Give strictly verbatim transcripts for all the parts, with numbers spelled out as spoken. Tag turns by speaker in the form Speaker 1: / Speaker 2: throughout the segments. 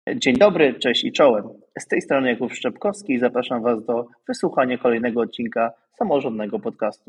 Speaker 1: Dzień dobry, cześć i czołem. Z tej strony Jakub Szczepkowski i zapraszam Was do wysłuchania kolejnego odcinka samorządnego podcastu.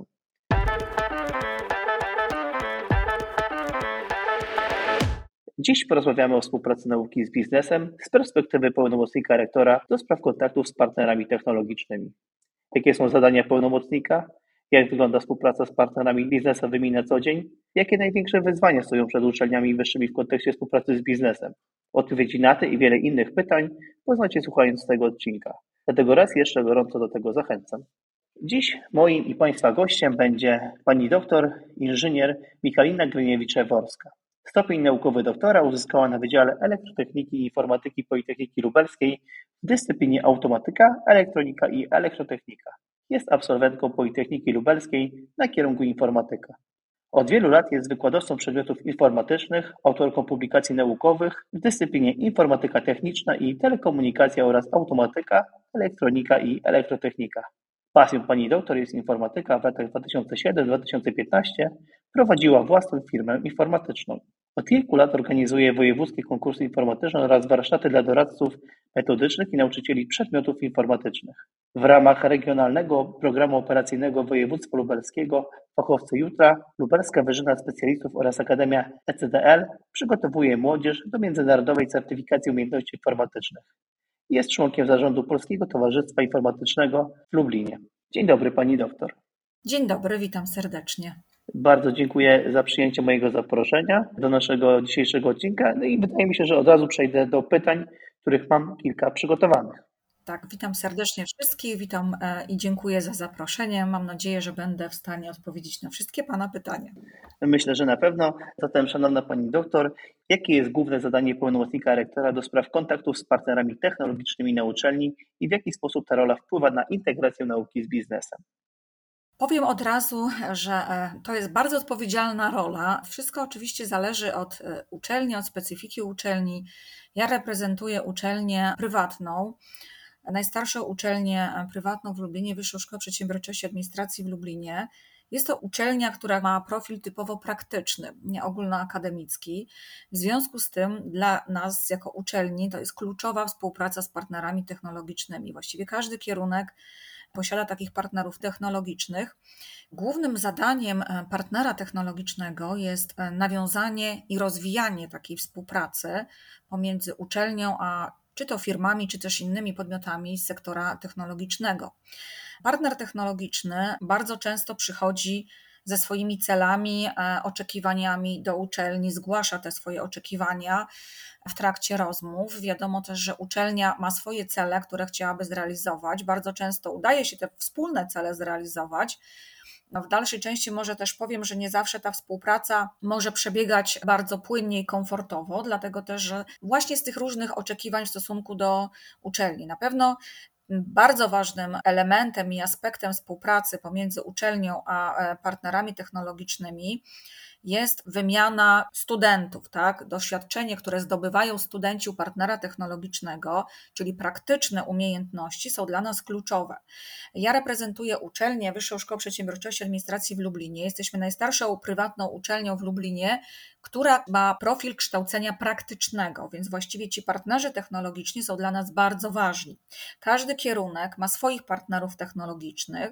Speaker 1: Dziś porozmawiamy o współpracy nauki z biznesem z perspektywy pełnomocnika rektora do spraw kontaktów z partnerami technologicznymi. Jakie są zadania pełnomocnika? Jak wygląda współpraca z partnerami biznesowymi na co dzień? Jakie największe wyzwania stoją przed uczelniami wyższymi w kontekście współpracy z biznesem? Odpowiedzi na te i wiele innych pytań poznacie słuchając tego odcinka. Dlatego raz jeszcze gorąco do tego zachęcam. Dziś moim i Państwa gościem będzie pani doktor inżynier Michalina Gryniewicz-Jaworska. Stopień naukowy doktora uzyskała na Wydziale Elektrotechniki i Informatyki Politechniki Lubelskiej w dyscyplinie automatyka, elektronika i elektrotechnika. Jest absolwentką Politechniki Lubelskiej na kierunku informatyka. Od wielu lat jest wykładowcą przedmiotów informatycznych, autorką publikacji naukowych w dyscyplinie informatyka techniczna i telekomunikacja oraz automatyka, elektronika i elektrotechnika. Pasją pani doktor jest informatyka. W latach dwa tysiące siódmym do dwa tysiące piętnastego prowadziła własną firmę informatyczną. Od kilku lat organizuje wojewódzkie konkursy informatyczne oraz warsztaty dla doradców metodycznych i nauczycieli przedmiotów informatycznych. W ramach regionalnego programu operacyjnego województwa lubelskiego Fachowcy Jutra, Lubelska Wyżyna Specjalistów oraz Akademia E C D L przygotowuje młodzież do międzynarodowej certyfikacji umiejętności informatycznych. Jest członkiem zarządu Polskiego Towarzystwa Informatycznego w Lublinie. Dzień dobry pani doktor.
Speaker 2: Dzień dobry, witam serdecznie.
Speaker 1: Bardzo dziękuję za przyjęcie mojego zaproszenia do naszego dzisiejszego odcinka. No i wydaje mi się, że od razu przejdę do pytań, których mam kilka przygotowanych.
Speaker 2: Tak, witam serdecznie wszystkich, witam i dziękuję za zaproszenie. Mam nadzieję, że będę w stanie odpowiedzieć na wszystkie pana pytania.
Speaker 1: Myślę, że na pewno. Zatem, szanowna pani doktor, jakie jest główne zadanie pełnomocnika rektora do spraw kontaktów z partnerami technologicznymi na uczelni i w jaki sposób ta rola wpływa na integrację nauki z biznesem?
Speaker 2: Powiem od razu, że to jest bardzo odpowiedzialna rola. Wszystko oczywiście zależy od uczelni, od specyfiki uczelni. Ja reprezentuję uczelnię prywatną, najstarszą uczelnię prywatną w Lublinie, Wyższą Szkołę Przedsiębiorczości i Administracji w Lublinie. Jest to uczelnia, która ma profil typowo praktyczny, nie ogólnoakademicki. W związku z tym dla nas jako uczelni to jest kluczowa współpraca z partnerami technologicznymi. Właściwie każdy kierunek posiada takich partnerów technologicznych. Głównym zadaniem partnera technologicznego jest nawiązanie i rozwijanie takiej współpracy pomiędzy uczelnią a czy to firmami, czy też innymi podmiotami z sektora technologicznego. Partner technologiczny bardzo często przychodzi ze swoimi celami, oczekiwaniami do uczelni, zgłasza te swoje oczekiwania w trakcie rozmów. Wiadomo też, że uczelnia ma swoje cele, które chciałaby zrealizować. Bardzo często udaje się te wspólne cele zrealizować. No w dalszej części może też powiem, że nie zawsze ta współpraca może przebiegać bardzo płynnie i komfortowo, dlatego też, że właśnie z tych różnych oczekiwań w stosunku do uczelni. Na pewno bardzo ważnym elementem i aspektem współpracy pomiędzy uczelnią a partnerami technologicznymi jest wymiana studentów, tak? Doświadczenie, które zdobywają studenci u partnera technologicznego, czyli praktyczne umiejętności, są dla nas kluczowe. Ja reprezentuję uczelnię Wyższą Szkołę Przedsiębiorczości i Administracji w Lublinie. Jesteśmy najstarszą prywatną uczelnią w Lublinie, która ma profil kształcenia praktycznego, więc właściwie ci partnerzy technologiczni są dla nas bardzo ważni. Każdy kierunek ma swoich partnerów technologicznych.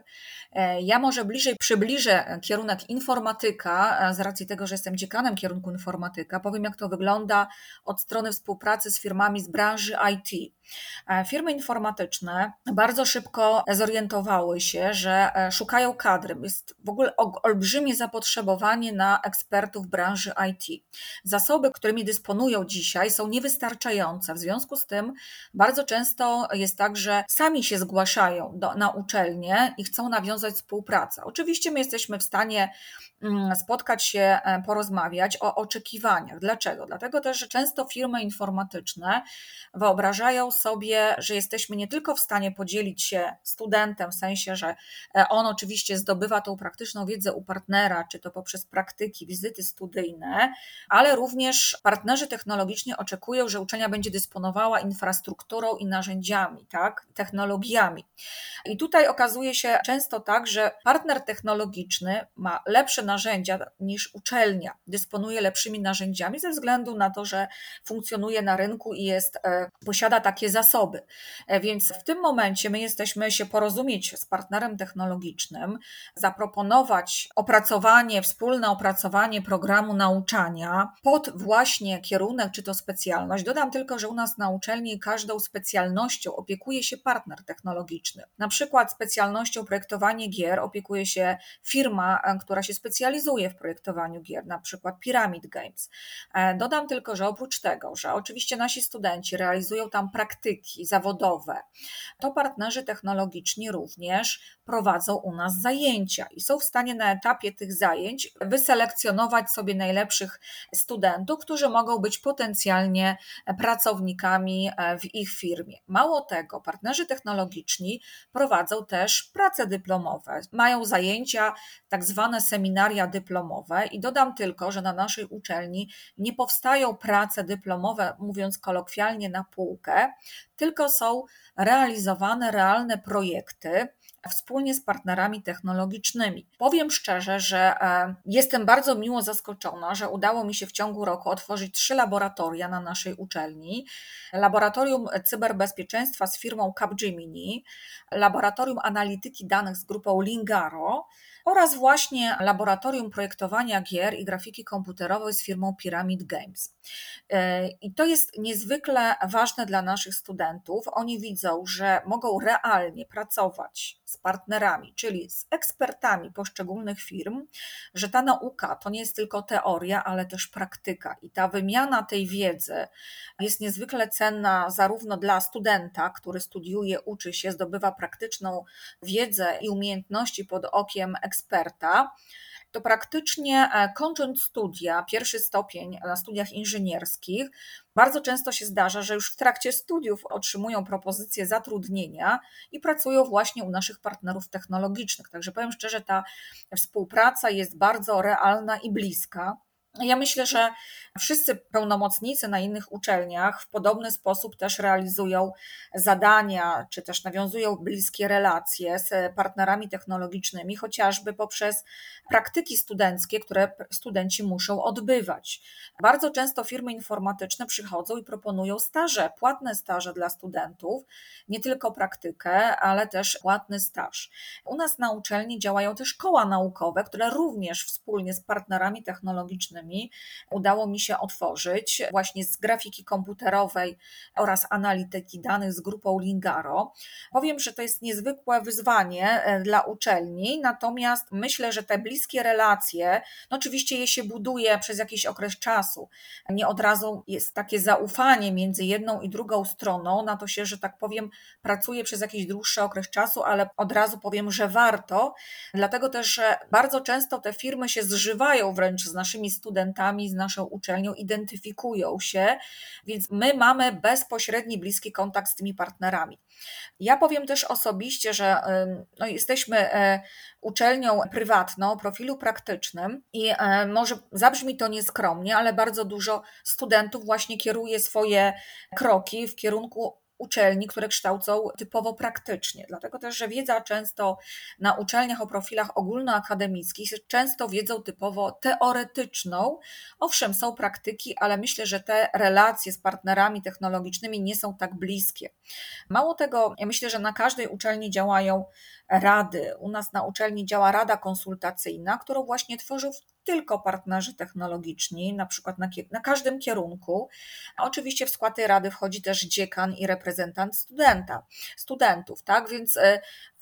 Speaker 2: Ja może bliżej przybliżę kierunek informatyka, z racji tego, że jestem dziekanem kierunku informatyka, powiem, jak to wygląda od strony współpracy z firmami z branży I T. Firmy informatyczne bardzo szybko zorientowały się, że szukają kadry. Jest w ogóle olbrzymie zapotrzebowanie na ekspertów branży I T. Zasoby, którymi dysponują dzisiaj, są niewystarczające. W związku z tym bardzo często jest tak, że sami się zgłaszają do, na uczelnię i chcą nawiązać współpracę. Oczywiście my jesteśmy w stanie spotkać się, porozmawiać o oczekiwaniach. Dlaczego? Dlatego też, że często firmy informatyczne wyobrażają sobie, że jesteśmy nie tylko w stanie podzielić się studentem, w sensie, że on oczywiście zdobywa tą praktyczną wiedzę u partnera, czy to poprzez praktyki, wizyty studyjne, ale również partnerzy technologiczni oczekują, że uczelnia będzie dysponowała infrastrukturą i narzędziami, tak, technologiami. I tutaj okazuje się często tak, że partner technologiczny ma lepsze narzędzia niż uczelnia, dysponuje lepszymi narzędziami ze względu na to, że funkcjonuje na rynku i jest, posiada takie zasoby. Więc w tym momencie my jesteśmy się porozumieć z partnerem technologicznym, zaproponować opracowanie, wspólne opracowanie programu nauczania pod właśnie kierunek czy to specjalność. Dodam tylko, że u nas na uczelni każdą specjalnością opiekuje się partner technologiczny. Na przykład specjalnością projektowanie gier opiekuje się firma, która się specjalizuje w projektowaniu gier, na przykład Pyramid Games. Dodam tylko, że oprócz tego, że oczywiście nasi studenci realizują tam praktyki zawodowe, to partnerzy technologiczni również prowadzą u nas zajęcia i są w stanie na etapie tych zajęć wyselekcjonować sobie najlepszych studentów, którzy mogą być potencjalnie pracownikami w ich firmie. Mało tego, partnerzy technologiczni prowadzą też prace dyplomowe, mają zajęcia, tak zwane seminaria dyplomowe i dodam tylko, że na naszej uczelni nie powstają prace dyplomowe, mówiąc kolokwialnie, na półkę, tylko są realizowane realne projekty wspólnie z partnerami technologicznymi. Powiem szczerze, że jestem bardzo miło zaskoczona, że udało mi się w ciągu roku otworzyć trzy laboratoria na naszej uczelni. Laboratorium cyberbezpieczeństwa z firmą Capgemini, laboratorium analityki danych z grupą Lingaro oraz właśnie laboratorium projektowania gier i grafiki komputerowej z firmą Pyramid Games. I to jest niezwykle ważne dla naszych studentów. Oni widzą, że mogą realnie pracować z partnerami, czyli z ekspertami poszczególnych firm, że ta nauka to nie jest tylko teoria, ale też praktyka i ta wymiana tej wiedzy jest niezwykle cenna zarówno dla studenta, który studiuje, uczy się, zdobywa praktyczną wiedzę i umiejętności pod okiem eksperta, to praktycznie kończąc studia, pierwszy stopień na studiach inżynierskich, bardzo często się zdarza, że już w trakcie studiów otrzymują propozycje zatrudnienia i pracują właśnie u naszych partnerów technologicznych. Także powiem szczerze, ta współpraca jest bardzo realna i bliska. Ja myślę, że wszyscy pełnomocnicy na innych uczelniach w podobny sposób też realizują zadania, czy też nawiązują bliskie relacje z partnerami technologicznymi, chociażby poprzez praktyki studenckie, które studenci muszą odbywać. Bardzo często firmy informatyczne przychodzą i proponują staże, płatne staże dla studentów, nie tylko praktykę, ale też płatny staż. U nas na uczelni działają też koła naukowe, które również wspólnie z partnerami technologicznymi udało mi się otworzyć właśnie z grafiki komputerowej oraz analityki danych z grupą Lingaro. Powiem, że to jest niezwykłe wyzwanie dla uczelni, natomiast myślę, że te bliskie relacje, no oczywiście je się buduje przez jakiś okres czasu. Nie od razu jest takie zaufanie między jedną i drugą stroną, na to się, że tak powiem, pracuje przez jakiś dłuższy okres czasu, ale od razu powiem, że warto, dlatego też, że bardzo często te firmy się zżywają wręcz z naszymi studentami, studentami, z naszą uczelnią, identyfikują się, więc my mamy bezpośredni, bliski kontakt z tymi partnerami. Ja powiem też osobiście, że no, jesteśmy uczelnią prywatną o profilu praktycznym i może zabrzmi to nieskromnie, ale bardzo dużo studentów właśnie kieruje swoje kroki w kierunku uczelni, które kształcą typowo praktycznie. Dlatego też, że wiedza często na uczelniach o profilach ogólnoakademickich jest często wiedzą typowo teoretyczną. Owszem, są praktyki, ale myślę, że te relacje z partnerami technologicznymi nie są tak bliskie. Mało tego, ja myślę, że na każdej uczelni działają rady. U nas na uczelni działa rada konsultacyjna, którą właśnie tworzą tylko partnerzy technologiczni, na przykład na, na każdym kierunku. A oczywiście w skład tej rady wchodzi też dziekan i reprezentant studenta, studentów, tak? Więc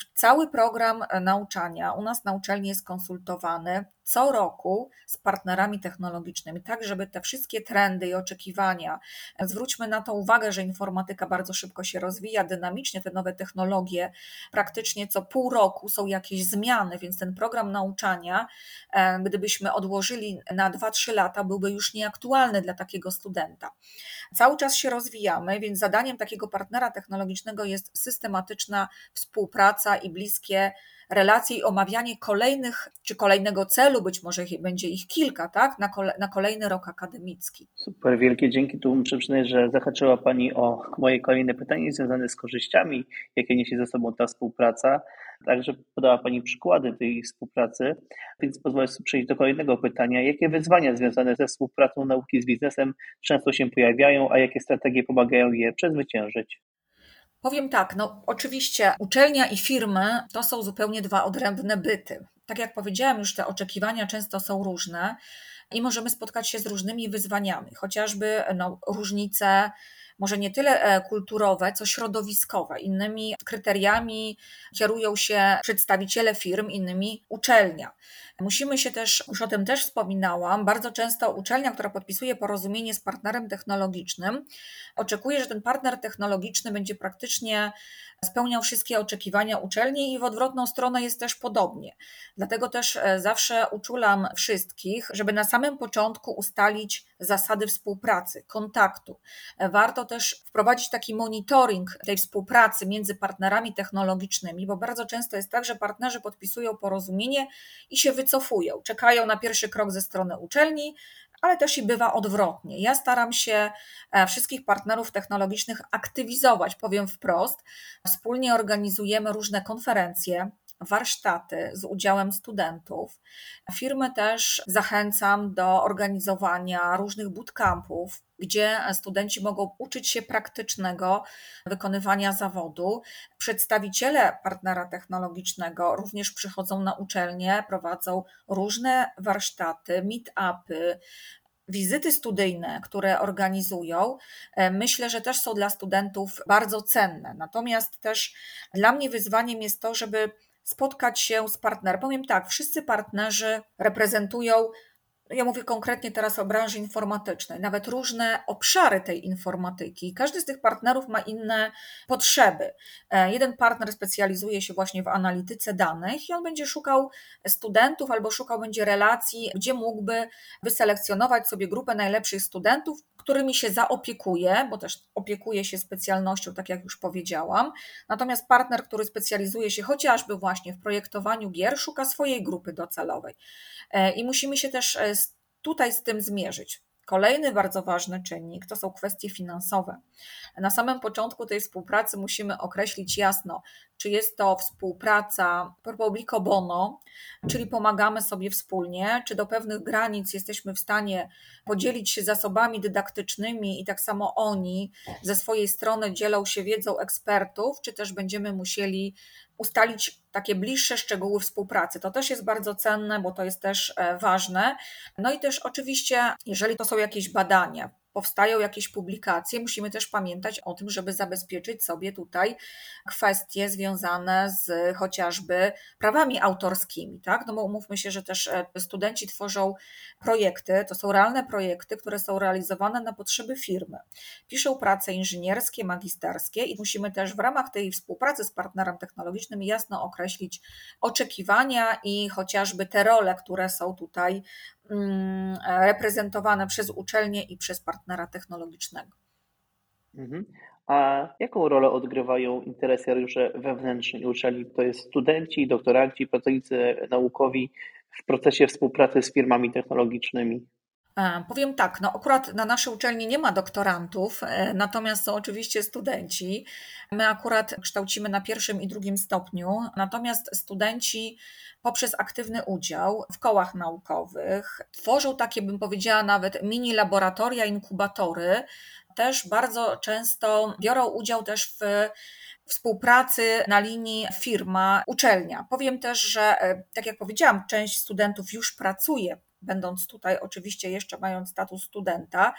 Speaker 2: Cały program nauczania u nas na uczelni jest konsultowany co roku z partnerami technologicznymi, tak żeby te wszystkie trendy i oczekiwania, zwróćmy na to uwagę, że informatyka bardzo szybko się rozwija, dynamicznie te nowe technologie, praktycznie co pół roku są jakieś zmiany, więc ten program nauczania, gdybyśmy odłożyli na dwa trzy lata, byłby już nieaktualny dla takiego studenta. Cały czas się rozwijamy, więc zadaniem takiego partnera technologicznego jest systematyczna współpraca i bliskie relacje i omawianie kolejnych, czy kolejnego celu, być może będzie ich kilka, tak, na, kole, na kolejny rok akademicki.
Speaker 1: Super, wielkie dzięki. Tu muszę przyznać, że zahaczyła Pani o moje kolejne pytanie związane z korzyściami, jakie niesie ze sobą ta współpraca. Także podała Pani przykłady tej współpracy, więc pozwolę sobie przejść do kolejnego pytania. Jakie wyzwania związane ze współpracą nauki z biznesem często się pojawiają, a jakie strategie pomagają je przezwyciężyć?
Speaker 2: Powiem tak, no oczywiście uczelnia i firmy to są zupełnie dwa odrębne byty. Tak jak powiedziałam, już te oczekiwania często są różne i możemy spotkać się z różnymi wyzwaniami, chociażby no, różnice może nie tyle kulturowe, co środowiskowe. Innymi kryteriami kierują się przedstawiciele firm, innymi uczelnia. Musimy się też, już o tym też wspominałam, bardzo często uczelnia, która podpisuje porozumienie z partnerem technologicznym, oczekuje, że ten partner technologiczny będzie praktycznie spełniał wszystkie oczekiwania uczelni i w odwrotną stronę jest też podobnie. Dlatego też zawsze uczulam wszystkich, żeby na samym początku ustalić zasady współpracy, kontaktu. Warto też wprowadzić taki monitoring tej współpracy między partnerami technologicznymi, bo bardzo często jest tak, że partnerzy podpisują porozumienie i się wycofują, czekają na pierwszy krok ze strony uczelni, ale też i bywa odwrotnie. Ja staram się wszystkich partnerów technologicznych aktywizować, powiem wprost. Wspólnie organizujemy różne konferencje, warsztaty z udziałem studentów. Firmy też zachęcam do organizowania różnych bootcampów, gdzie studenci mogą uczyć się praktycznego wykonywania zawodu. Przedstawiciele partnera technologicznego również przychodzą na uczelnię, prowadzą różne warsztaty, meet-upy, wizyty studyjne, które organizują, myślę, że też są dla studentów bardzo cenne. Natomiast też dla mnie wyzwaniem jest to, żeby spotkać się z partnerem. Powiem tak, wszyscy partnerzy reprezentują, ja mówię konkretnie teraz o branży informatycznej, nawet różne obszary tej informatyki. Każdy z tych partnerów ma inne potrzeby. Jeden partner specjalizuje się właśnie w analityce danych i on będzie szukał studentów albo szukał będzie relacji, gdzie mógłby wyselekcjonować sobie grupę najlepszych studentów, którymi się zaopiekuje, bo też opiekuje się specjalnością, tak jak już powiedziałam. Natomiast partner, który specjalizuje się chociażby właśnie w projektowaniu gier, szuka swojej grupy docelowej. I musimy się też tutaj z tym zmierzyć. Kolejny bardzo ważny czynnik to są kwestie finansowe. Na samym początku tej współpracy musimy określić jasno, czy jest to współpraca pro publico bono, czyli pomagamy sobie wspólnie, czy do pewnych granic jesteśmy w stanie podzielić się zasobami dydaktycznymi i tak samo oni ze swojej strony dzielą się wiedzą ekspertów, czy też będziemy musieli ustalić takie bliższe szczegóły współpracy. To też jest bardzo cenne, bo to jest też ważne. No i też oczywiście, jeżeli to są jakieś badania, powstają jakieś publikacje, musimy też pamiętać o tym, żeby zabezpieczyć sobie tutaj kwestie związane z chociażby prawami autorskimi, tak? No bo umówmy się, że też studenci tworzą projekty, to są realne projekty, które są realizowane na potrzeby firmy. Piszą prace inżynierskie, magisterskie i musimy też w ramach tej współpracy z partnerem technologicznym jasno określić oczekiwania i chociażby te role, które są tutaj reprezentowane przez uczelnię i przez partnera technologicznego.
Speaker 1: Mhm. A jaką rolę odgrywają interesariusze wewnętrzni uczelni? To jest studenci, doktoranci, pracownicy naukowi w procesie współpracy z firmami technologicznymi?
Speaker 2: Powiem tak, no akurat na naszej uczelni nie ma doktorantów, natomiast są oczywiście studenci. My akurat kształcimy na pierwszym i drugim stopniu, natomiast studenci poprzez aktywny udział w kołach naukowych tworzą takie, bym powiedziała, nawet mini laboratoria, inkubatory. Też bardzo często biorą udział też w współpracy na linii firma-uczelnia. Powiem też, że tak jak powiedziałam, część studentów już pracuje, będąc tutaj oczywiście jeszcze mając status studenta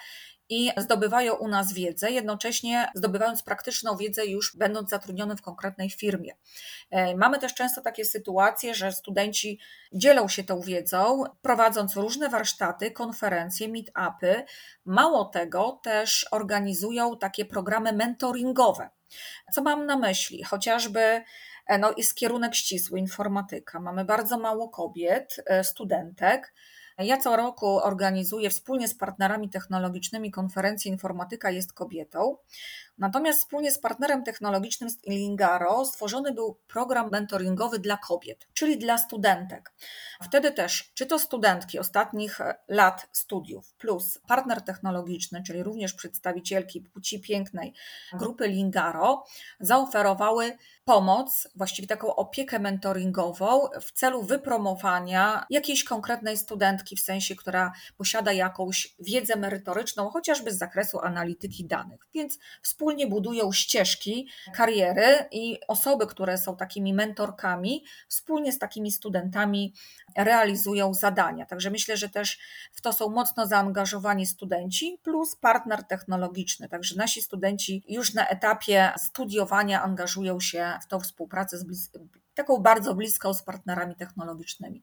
Speaker 2: i zdobywają u nas wiedzę, jednocześnie zdobywając praktyczną wiedzę już będąc zatrudnionym w konkretnej firmie. Mamy też często takie sytuacje, że studenci dzielą się tą wiedzą, prowadząc różne warsztaty, konferencje, meet-upy. Mało tego, też organizują takie programy mentoringowe. Co mam na myśli? Chociażby no, jest kierunek ścisły, informatyka. Mamy bardzo mało kobiet, studentek. Ja co roku organizuję wspólnie z partnerami technologicznymi konferencję Informatyka jest kobietą. Natomiast wspólnie z partnerem technologicznym z Lingaro stworzony był program mentoringowy dla kobiet, czyli dla studentek. Wtedy też, czy to studentki ostatnich lat studiów, plus partner technologiczny, czyli również przedstawicielki płci pięknej grupy Lingaro, zaoferowały pomoc, właściwie taką opiekę mentoringową w celu wypromowania jakiejś konkretnej studentki, w sensie, która posiada jakąś wiedzę merytoryczną, chociażby z zakresu analityki danych. Więc wspólnie budują ścieżki kariery i osoby, które są takimi mentorkami, wspólnie z takimi studentami realizują zadania. Także myślę, że też w to są mocno zaangażowani studenci plus partner technologiczny. Także nasi studenci już na etapie studiowania angażują się w tą współpracę z blis- taką bardzo bliską z partnerami technologicznymi.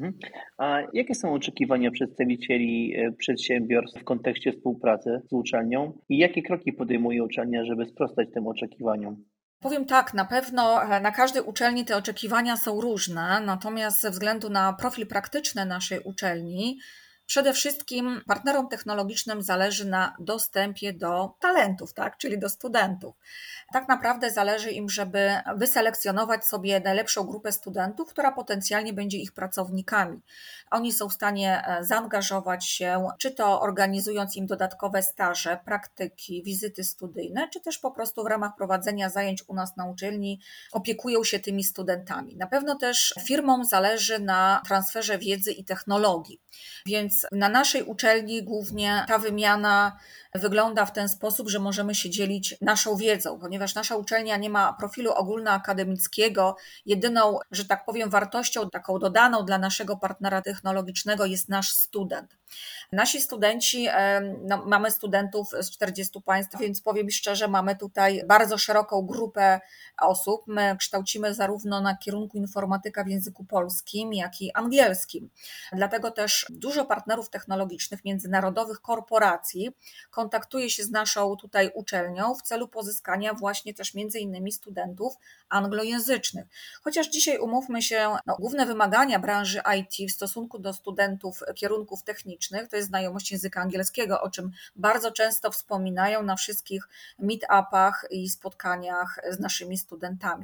Speaker 1: A jakie są oczekiwania przedstawicieli przedsiębiorstw w kontekście współpracy z uczelnią i jakie kroki podejmuje uczelnia, żeby sprostać tym oczekiwaniom?
Speaker 2: Powiem tak, na pewno na każdej uczelni te oczekiwania są różne, natomiast ze względu na profil praktyczny naszej uczelni, przede wszystkim partnerom technologicznym zależy na dostępie do talentów, tak? Czyli do studentów. Tak naprawdę zależy im, żeby wyselekcjonować sobie najlepszą grupę studentów, która potencjalnie będzie ich pracownikami. Oni są w stanie zaangażować się, czy to organizując im dodatkowe staże, praktyki, wizyty studyjne, czy też po prostu w ramach prowadzenia zajęć u nas na uczelni opiekują się tymi studentami. Na pewno też firmom zależy na transferze wiedzy i technologii, więc na naszej uczelni głównie ta wymiana wygląda w ten sposób, że możemy się dzielić naszą wiedzą, ponieważ nasza uczelnia nie ma profilu ogólnoakademickiego. Jedyną, że tak powiem, wartością taką dodaną dla naszego partnera technologicznego jest nasz student. Nasi studenci, no, mamy studentów z czterdziestu państw, więc powiem szczerze, mamy tutaj bardzo szeroką grupę osób. My kształcimy zarówno na kierunku informatyka w języku polskim, jak i angielskim. Dlatego też dużo partnerów technologicznych, międzynarodowych korporacji kontaktuje się z naszą tutaj uczelnią w celu pozyskania właśnie też między innymi studentów anglojęzycznych. Chociaż dzisiaj umówmy się, no, główne wymagania branży I T w stosunku do studentów kierunków technicznych to jest znajomość języka angielskiego, o czym bardzo często wspominają na wszystkich meet-upach i spotkaniach z naszymi studentami.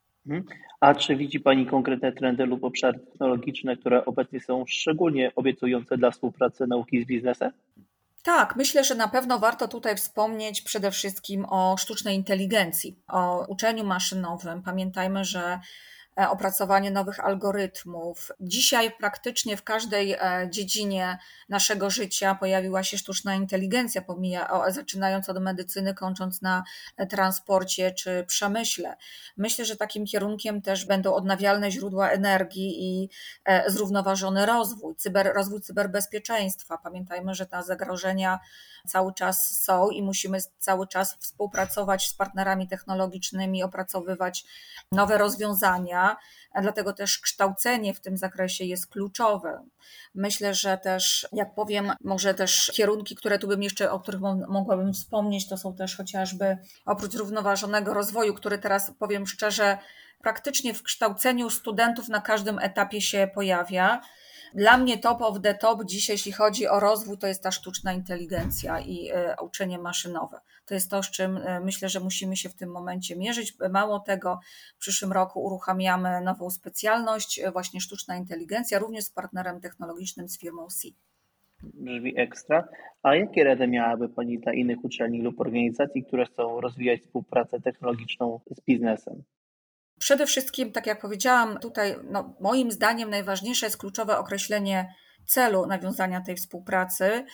Speaker 1: A czy widzi Pani konkretne trendy lub obszary technologiczne, które obecnie są szczególnie obiecujące dla współpracy nauki z biznesem?
Speaker 2: Tak, myślę, że na pewno warto tutaj wspomnieć przede wszystkim o sztucznej inteligencji, o uczeniu maszynowym. Pamiętajmy, że opracowanie nowych algorytmów. Dzisiaj praktycznie w każdej dziedzinie naszego życia pojawiła się sztuczna inteligencja, pomija, zaczynając od medycyny, kończąc na transporcie czy przemyśle. Myślę, że takim kierunkiem też będą odnawialne źródła energii i zrównoważony rozwój, cyber, rozwój cyberbezpieczeństwa. Pamiętajmy, że te zagrożenia cały czas są i musimy cały czas współpracować z partnerami technologicznymi, opracowywać nowe rozwiązania, dlatego też kształcenie w tym zakresie jest kluczowe. Myślę, że też, jak powiem, może też kierunki, które tu bym jeszcze, o których mogłabym wspomnieć, to są też chociażby oprócz zrównoważonego rozwoju, który teraz, powiem szczerze, praktycznie w kształceniu studentów na każdym etapie się pojawia. Dla mnie top of the top dziś, jeśli chodzi o rozwój, to jest ta sztuczna inteligencja i uczenie maszynowe. To jest to, z czym myślę, że musimy się w tym momencie mierzyć. Mało tego, w przyszłym roku uruchamiamy nową specjalność, właśnie sztuczna inteligencja, również z partnerem technologicznym, z firmą S I.
Speaker 1: Brzmi ekstra. A jakie rady miałaby Pani dla innych uczelni lub organizacji, które chcą rozwijać współpracę technologiczną z biznesem?
Speaker 2: Przede wszystkim, tak jak powiedziałam, tutaj no, moim zdaniem najważniejsze jest kluczowe określenie celu nawiązania tej współpracy.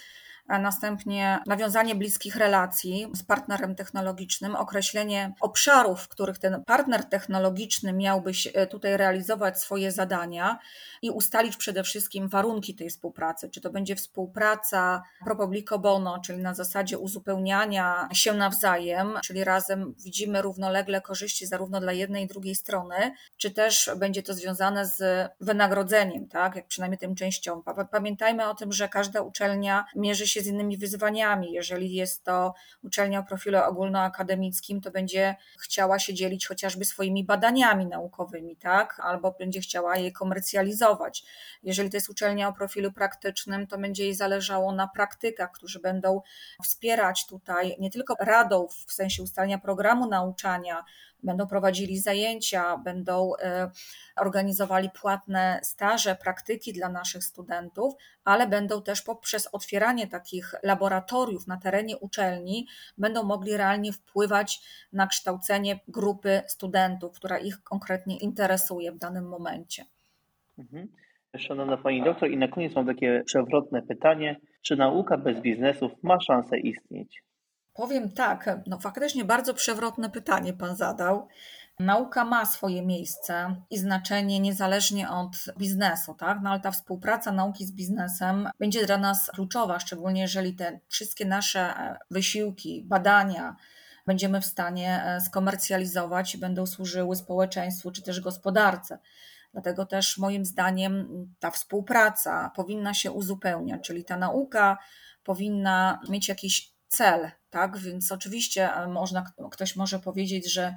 Speaker 2: a następnie nawiązanie bliskich relacji z partnerem technologicznym, określenie obszarów, w których ten partner technologiczny miałby się tutaj realizować swoje zadania i ustalić przede wszystkim warunki tej współpracy. Czy to będzie współpraca pro publico bono, czyli na zasadzie uzupełniania się nawzajem, czyli razem widzimy równolegle korzyści zarówno dla jednej i drugiej strony, czy też będzie to związane z wynagrodzeniem, tak, jak przynajmniej tym częścią. Pamiętajmy o tym, że każda uczelnia mierzy się z innymi wyzwaniami. Jeżeli jest to uczelnia o profilu ogólnoakademickim, to będzie chciała się dzielić chociażby swoimi badaniami naukowymi, tak, albo będzie chciała je komercjalizować. Jeżeli to jest uczelnia o profilu praktycznym, to będzie jej zależało na praktykach, którzy będą wspierać tutaj nie tylko radą w sensie ustalenia programu nauczania, będą prowadzili zajęcia, będą organizowali płatne staże, praktyki dla naszych studentów, ale będą też poprzez otwieranie takich laboratoriów na terenie uczelni, będą mogli realnie wpływać na kształcenie grupy studentów, która ich konkretnie interesuje w danym momencie.
Speaker 1: Mhm. Szanowna Pani doktor, i na koniec mam takie przewrotne pytanie. Czy nauka bez biznesów ma szansę istnieć?
Speaker 2: Powiem tak, no faktycznie bardzo przewrotne pytanie Pan zadał. Nauka ma swoje miejsce i znaczenie niezależnie od biznesu, tak? No ale ta współpraca nauki z biznesem będzie dla nas kluczowa, szczególnie jeżeli te wszystkie nasze wysiłki, badania będziemy w stanie skomercjalizować i będą służyły społeczeństwu czy też gospodarce. Dlatego też moim zdaniem ta współpraca powinna się uzupełniać, czyli ta nauka powinna mieć jakiś cel, tak? Więc oczywiście można, ktoś może powiedzieć, że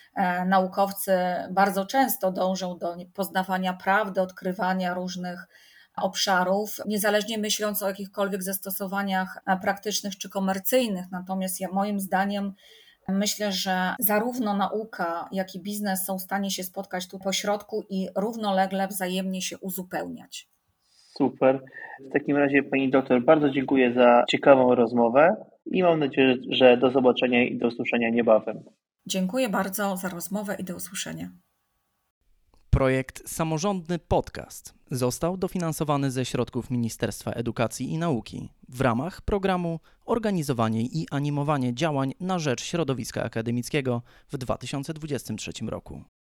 Speaker 2: naukowcy bardzo często dążą do poznawania prawdy, odkrywania różnych obszarów, niezależnie myśląc o jakichkolwiek zastosowaniach praktycznych czy komercyjnych. Natomiast ja moim zdaniem myślę, że zarówno nauka, jak i biznes są w stanie się spotkać tu pośrodku i równolegle wzajemnie się uzupełniać.
Speaker 1: Super. W takim razie Pani doktor, bardzo dziękuję za ciekawą rozmowę i mam nadzieję, że do zobaczenia i do usłyszenia niebawem.
Speaker 2: Dziękuję bardzo za rozmowę i do usłyszenia.
Speaker 3: Projekt Samorządny Podcast został dofinansowany ze środków Ministerstwa Edukacji i Nauki w ramach programu Organizowanie i animowanie działań na rzecz środowiska akademickiego w dwa tysiące dwudziestym trzecim roku.